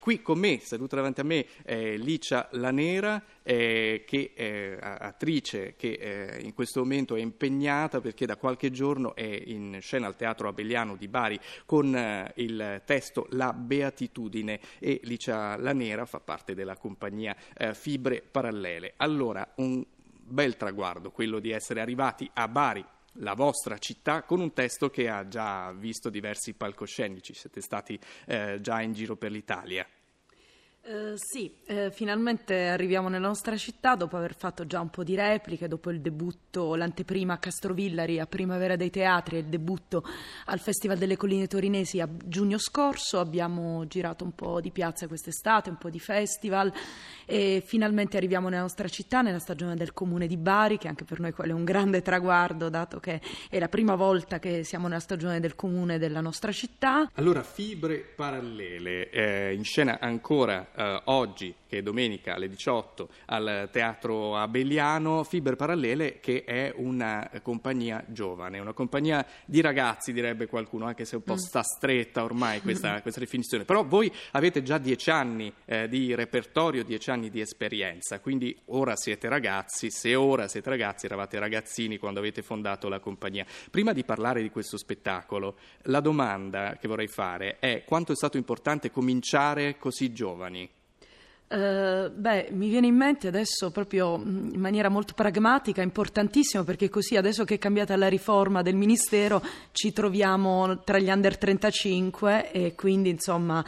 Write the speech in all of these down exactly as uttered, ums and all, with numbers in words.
Qui con me, seduta davanti a me, è Licia Lanera, eh, che è attrice che eh, in questo momento è impegnata perché da qualche giorno è in scena al Teatro Abeliano di Bari con eh, il testo La Beatitudine, e Licia Lanera fa parte della compagnia eh, Fibre Parallele. Allora, un bel traguardo quello di essere arrivati a Bari, la vostra città, con un testo che ha già visto diversi palcoscenici. Siete stati eh, già in giro per l'Italia. Uh, sì, eh, finalmente arriviamo nella nostra città dopo aver fatto già un po' di repliche, dopo il debutto, l'anteprima a Castrovillari a Primavera dei Teatri e il debutto al Festival delle Colline Torinesi a giugno scorso. Abbiamo girato un po' di piazze quest'estate, un po' di festival, e finalmente arriviamo nella nostra città, nella stagione del Comune di Bari, che anche per noi quello è un grande traguardo, dato che è la prima volta che siamo nella stagione del Comune della nostra città. Allora, Fibre Parallele, eh, in scena ancora Uh, oggi, che è domenica alle diciotto, al Teatro Abeliano. Fibre Parallele, che è una compagnia giovane, una compagnia di ragazzi, direbbe qualcuno, anche se un po' sta stretta ormai questa, questa definizione. Però voi avete già dieci anni eh, di repertorio, dieci anni di esperienza, quindi ora siete ragazzi. Se ora siete ragazzi, eravate ragazzini quando avete fondato la compagnia. Prima di parlare di questo spettacolo, la domanda che vorrei fare è: quanto è stato importante cominciare così giovani? Uh, beh, mi viene in mente adesso proprio in maniera molto pragmatica, importantissimo, perché così adesso che è cambiata la riforma del Ministero ci troviamo tra gli under trentacinque e quindi insomma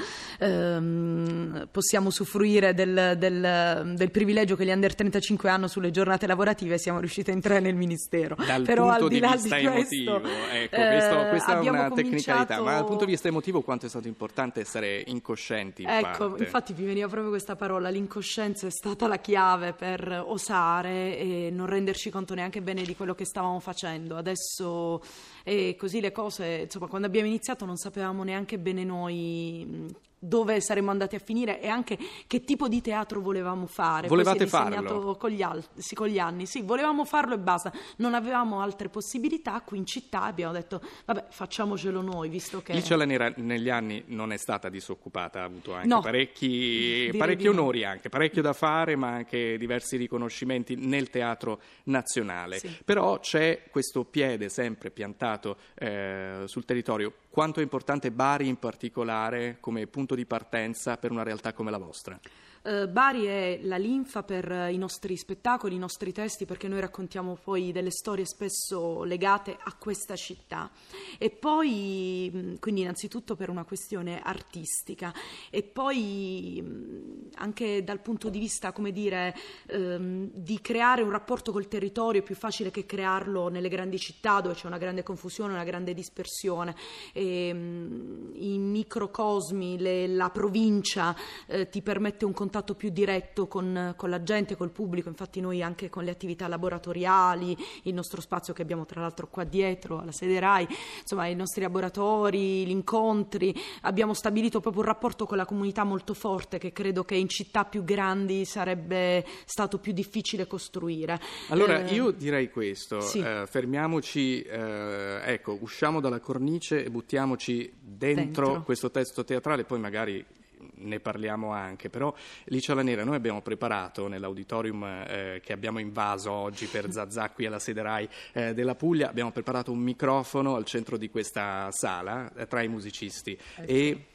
um, possiamo usufruire del, del, del privilegio che gli under trentacinque hanno sulle giornate lavorative e siamo riusciti a entrare nel Ministero. Dal Però punto al di, di là vista di emotivo, questo, ecco, questo, questa eh, è una cominciato... tecnicalità, ma dal punto di vista emotivo quanto è stato importante essere incoscienti in ecco, parte? Infatti mi veniva proprio questa parola. L'incoscienza è stata la chiave per osare e non renderci conto neanche bene di quello che stavamo facendo. Adesso è così le cose, insomma, quando abbiamo iniziato non sapevamo neanche bene noi dove saremmo andati a finire e anche che tipo di teatro volevamo fare. Volevate Poi si è farlo? disegnato con gli, al- sì, con gli anni, sì, volevamo farlo e basta. Non avevamo altre possibilità qui in città, abbiamo detto vabbè, facciamocelo noi, visto che... Licia Lanera negli anni non è stata disoccupata, ha avuto anche no, parecchi, parecchi no. onori, anche parecchio da fare, ma anche diversi riconoscimenti nel teatro nazionale. Sì. Però c'è questo piede sempre piantato eh, sul territorio. Quanto è importante Bari in particolare come punto di partenza per una realtà come la vostra? Uh, Bari è la linfa per uh, i nostri spettacoli, i nostri testi, perché noi raccontiamo poi delle storie spesso legate a questa città, e poi mh, quindi innanzitutto per una questione artistica e poi mh, anche dal punto di vista, come dire, um, di creare un rapporto col territorio. È più facile che crearlo nelle grandi città dove c'è una grande confusione, una grande dispersione, e, mh, i microcosmi, le, la provincia eh, ti permette un contatto più diretto con, con la gente, col pubblico. Infatti noi anche con le attività laboratoriali, il nostro spazio che abbiamo tra l'altro qua dietro alla sede Rai, insomma i nostri laboratori, gli incontri, abbiamo stabilito proprio un rapporto con la comunità molto forte che credo che in città più grandi sarebbe stato più difficile costruire. Allora eh, io direi questo, sì. eh, fermiamoci, eh, ecco, usciamo dalla cornice e buttiamoci dentro, Dentro. questo testo teatrale, poi magari ne parliamo anche. Però Licia Lanera, noi abbiamo preparato nell'auditorium eh, che abbiamo invaso oggi per Zazà qui alla sede Rai eh, della Puglia, abbiamo preparato un microfono al centro di questa sala eh, tra i musicisti. Ecco. e,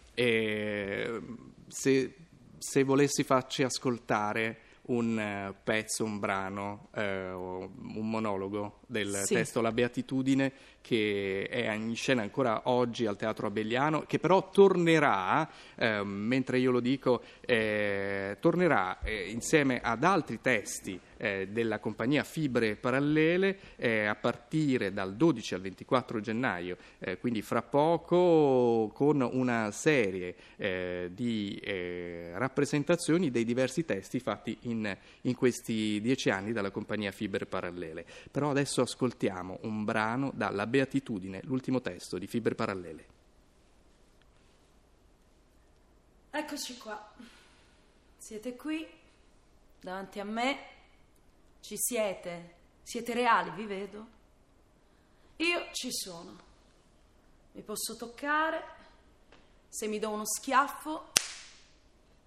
e se, se volessi farci ascoltare un uh, pezzo, un brano, uh, un monologo del sì. testo La Beatitudine, che è in scena ancora oggi al Teatro Abeliano, che però tornerà, eh, mentre io lo dico, eh, tornerà eh, insieme ad altri testi eh, della compagnia Fibre Parallele eh, a partire dal dodici al ventiquattro gennaio, eh, quindi fra poco, con una serie eh, di eh, rappresentazioni dei diversi testi fatti in, in questi dieci anni dalla compagnia Fibre Parallele. Però adesso ascoltiamo un brano dalla Beatitudine, l'ultimo testo di Fibre Parallele. Eccoci qua, siete qui davanti a me, ci siete, siete reali, vi vedo. Io ci sono, mi posso toccare, se mi do uno schiaffo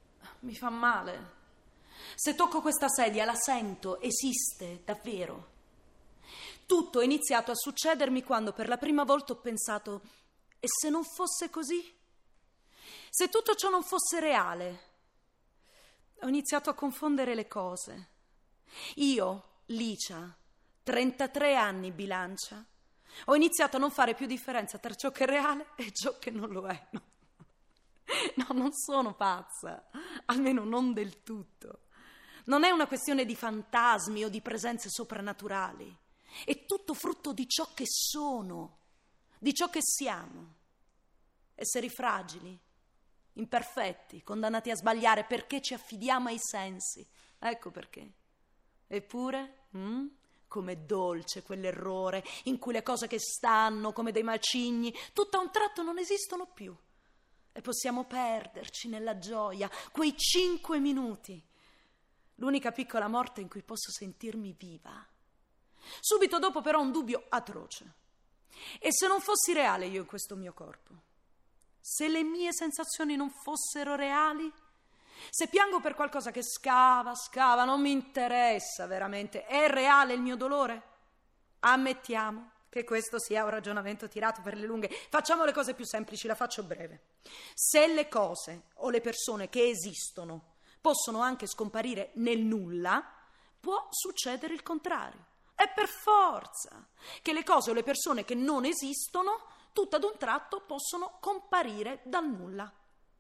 mi fa male. Se tocco questa sedia la sento, esiste davvero. Tutto è iniziato a succedermi quando per la prima volta ho pensato: e se non fosse così? Se tutto ciò non fosse reale? Ho iniziato a confondere le cose. Io, Licia, trentatré anni bilancia, ho iniziato a non fare più differenza tra ciò che è reale e ciò che non lo è. No, no, non sono pazza, almeno non del tutto. Non è una questione di fantasmi o di presenze soprannaturali. È tutto frutto di ciò che sono, di ciò che siamo. Esseri fragili, imperfetti, condannati a sbagliare perché ci affidiamo ai sensi. Ecco perché. Eppure, mm, com'è dolce quell'errore in cui le cose che stanno come dei macigni tutto a un tratto non esistono più e possiamo perderci nella gioia, quei cinque minuti, l'unica piccola morte in cui posso sentirmi viva. Subito dopo però un dubbio atroce. E se non fossi reale io in questo mio corpo? Se le mie sensazioni non fossero reali? Se piango per qualcosa che scava, scava, non mi interessa veramente, è reale il mio dolore? Ammettiamo che questo sia un ragionamento tirato per le lunghe. Facciamo le cose più semplici, la faccio breve. Se le cose o le persone che esistono possono anche scomparire nel nulla, può succedere il contrario. È per forza che le cose o le persone che non esistono, tutto ad un tratto possono comparire dal nulla.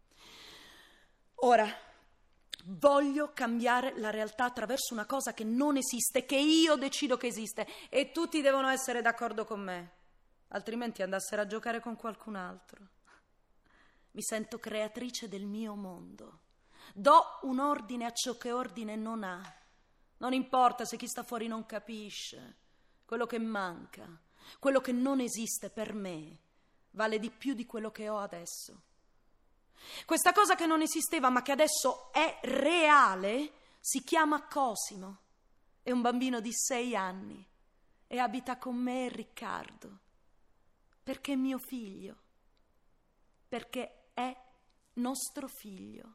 Ora, voglio cambiare la realtà attraverso una cosa che non esiste, che io decido che esiste, e tutti devono essere d'accordo con me, altrimenti andassero a giocare con qualcun altro. Mi sento creatrice del mio mondo. Do un ordine a ciò che ordine non ha. Non importa se chi sta fuori non capisce. Quello che manca, quello che non esiste per me, vale di più di quello che ho adesso. Questa cosa che non esisteva ma che adesso è reale si chiama Cosimo. È un bambino di sei anni e abita con me e Riccardo. Perché è mio figlio. Perché è nostro figlio.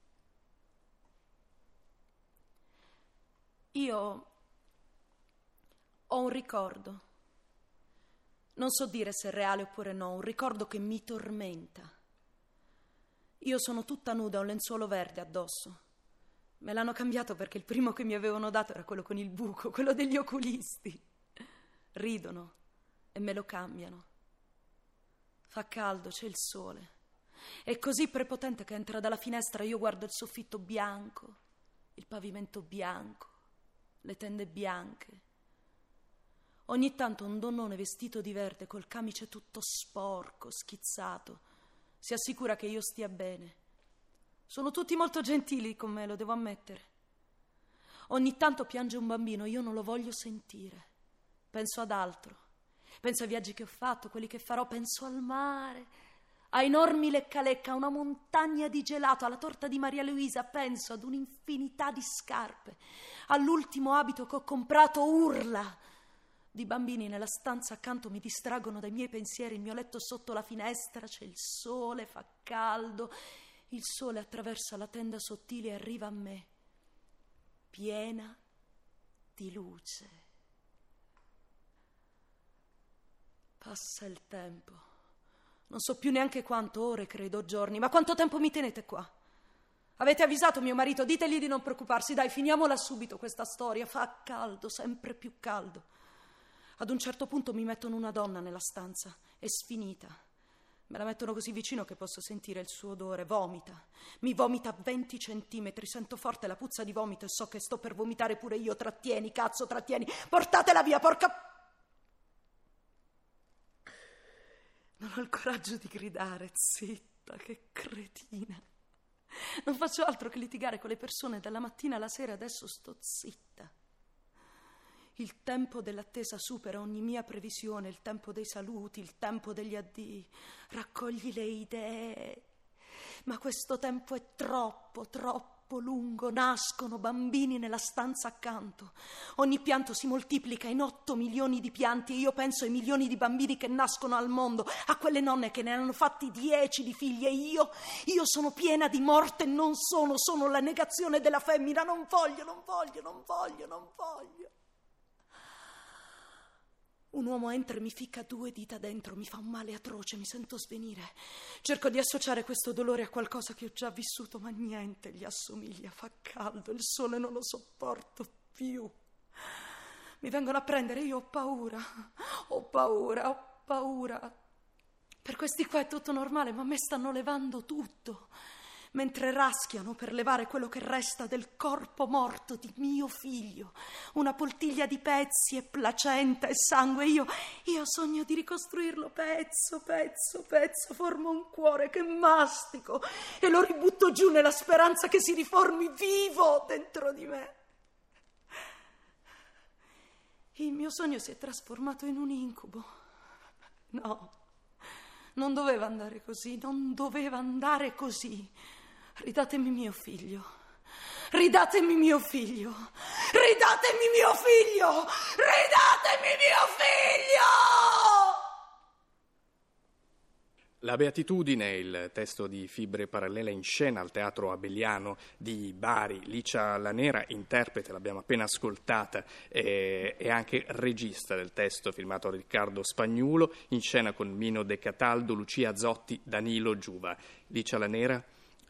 Io ho un ricordo. Non so dire se è reale oppure no, un ricordo che mi tormenta. Io sono tutta nuda, ho un lenzuolo verde addosso. Me l'hanno cambiato perché il primo che mi avevano dato era quello con il buco, quello degli oculisti. Ridono e me lo cambiano. Fa caldo, c'è il sole. È così prepotente che entra dalla finestra, io guardo il soffitto bianco, il pavimento bianco, le tende bianche. Ogni tanto un donnone vestito di verde col camice tutto sporco, schizzato, si assicura che io stia bene. Sono tutti molto gentili con me, lo devo ammettere. Ogni tanto piange un bambino, io non lo voglio sentire. Penso ad altro. Penso ai viaggi che ho fatto, quelli che farò, penso al mare, a enormi lecca-lecca, a una montagna di gelato, alla torta di Maria Luisa, penso ad un'infinità di scarpe, all'ultimo abito che ho comprato, urla di bambini nella stanza accanto mi distraggono dai miei pensieri, il mio letto sotto la finestra, c'è il sole, fa caldo, il sole attraversa la tenda sottile e arriva a me, piena di luce. Passa il tempo, non so più neanche quanto, ore credo, giorni, ma quanto tempo mi tenete qua? Avete avvisato mio marito, ditegli di non preoccuparsi, dai, finiamola subito questa storia, fa caldo, sempre più caldo. Ad un certo punto mi mettono una donna nella stanza, è sfinita. Me la mettono così vicino che posso sentire il suo odore, vomita. Mi vomita a venti centimetri, sento forte la puzza di vomito e so che sto per vomitare pure io. Trattieni, cazzo, trattieni, portatela via, porca... Non ho il coraggio di gridare, zitta, che cretina. Non faccio altro che litigare con le persone dalla mattina alla sera, adesso sto zitta. Il tempo dell'attesa supera ogni mia previsione, il tempo dei saluti, il tempo degli addii. Raccogli le idee. Ma questo tempo è troppo, troppo troppo lungo, nascono bambini nella stanza accanto. Ogni pianto si moltiplica in otto milioni di pianti e io penso ai milioni di bambini che nascono al mondo, a quelle nonne che ne hanno fatti dieci di figli, e io, io sono piena di morte, non sono, sono la negazione della femmina, non voglio, non voglio, non voglio, non voglio. Un uomo entra e mi ficca due dita dentro, mi fa un male atroce, mi sento svenire. Cerco di associare questo dolore a qualcosa che ho già vissuto, ma niente gli assomiglia, fa caldo, il sole non lo sopporto più. Mi vengono a prendere, io ho paura, ho paura, ho paura. Per questi qua è tutto normale, ma a me stanno levando tutto. Mentre raschiano per levare quello che resta del corpo morto di mio figlio, una poltiglia di pezzi e placenta e sangue, io, io sogno di ricostruirlo pezzo, pezzo, pezzo, formo un cuore che mastico e lo ributto giù nella speranza che si riformi vivo dentro di me. Il mio sogno si è trasformato in un incubo. No, non doveva andare così, non doveva andare così. Ridatemi mio figlio, ridatemi mio figlio, ridatemi mio figlio, ridatemi mio figlio! La Beatitudine, il testo di Fibre Parallele in scena al Teatro Abelliano di Bari. Licia Lanera, interprete, l'abbiamo appena ascoltata, e anche regista del testo, firmato Riccardo Spagnuolo, in scena con Mino De Cataldo, Lucia Zotti, Danilo Giuva. Licia Lanera,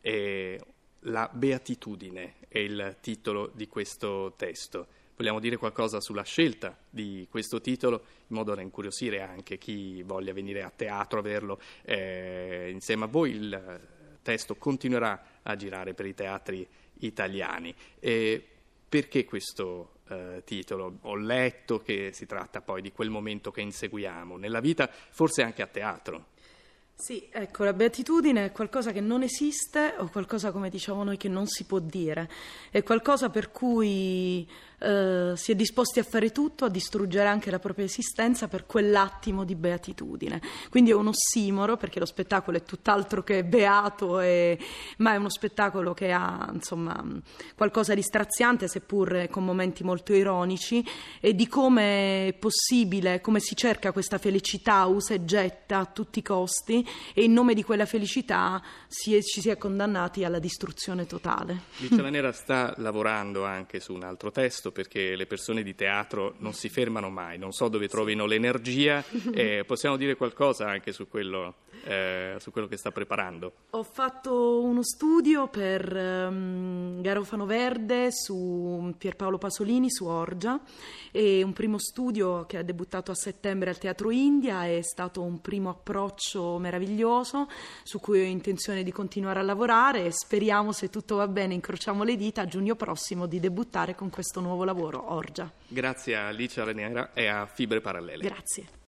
e La Beatitudine è il titolo di questo testo. Vogliamo dire qualcosa sulla scelta di questo titolo, in modo da incuriosire anche chi voglia venire a teatro a verlo eh, insieme a voi? Il testo continuerà a girare per i teatri italiani. E perché questo eh, titolo? Ho letto che si tratta poi di quel momento che inseguiamo nella vita, forse anche a teatro. Sì, ecco, la beatitudine è qualcosa che non esiste o qualcosa, come diciamo noi, che non si può dire. È qualcosa per cui eh, si è disposti a fare tutto, a distruggere anche la propria esistenza per quell'attimo di beatitudine. Quindi è un ossimoro, perché lo spettacolo è tutt'altro che beato, e, ma è uno spettacolo che ha, insomma, qualcosa di straziante, seppur con momenti molto ironici, e di come è possibile, come si cerca questa felicità, usa e getta a tutti i costi, e in nome di quella felicità si è, ci si è condannati alla distruzione totale. Licia Lanera sta lavorando anche su un altro testo, perché le persone di teatro non si fermano mai, non so dove trovino l'energia. Eh, possiamo dire qualcosa anche su quello, eh, su quello che sta preparando? Ho fatto uno studio per um, Garofano Verde su Pierpaolo Pasolini, su Orgia, e un primo studio che ha debuttato a settembre al Teatro India. È stato un primo approccio meraviglioso su cui ho intenzione di continuare a lavorare, e speriamo, se tutto va bene, incrociamo le dita, a giugno prossimo di debuttare con questo nuovo lavoro, Orgia. Grazie a Licia Lanera e a Fibre Parallele. Grazie.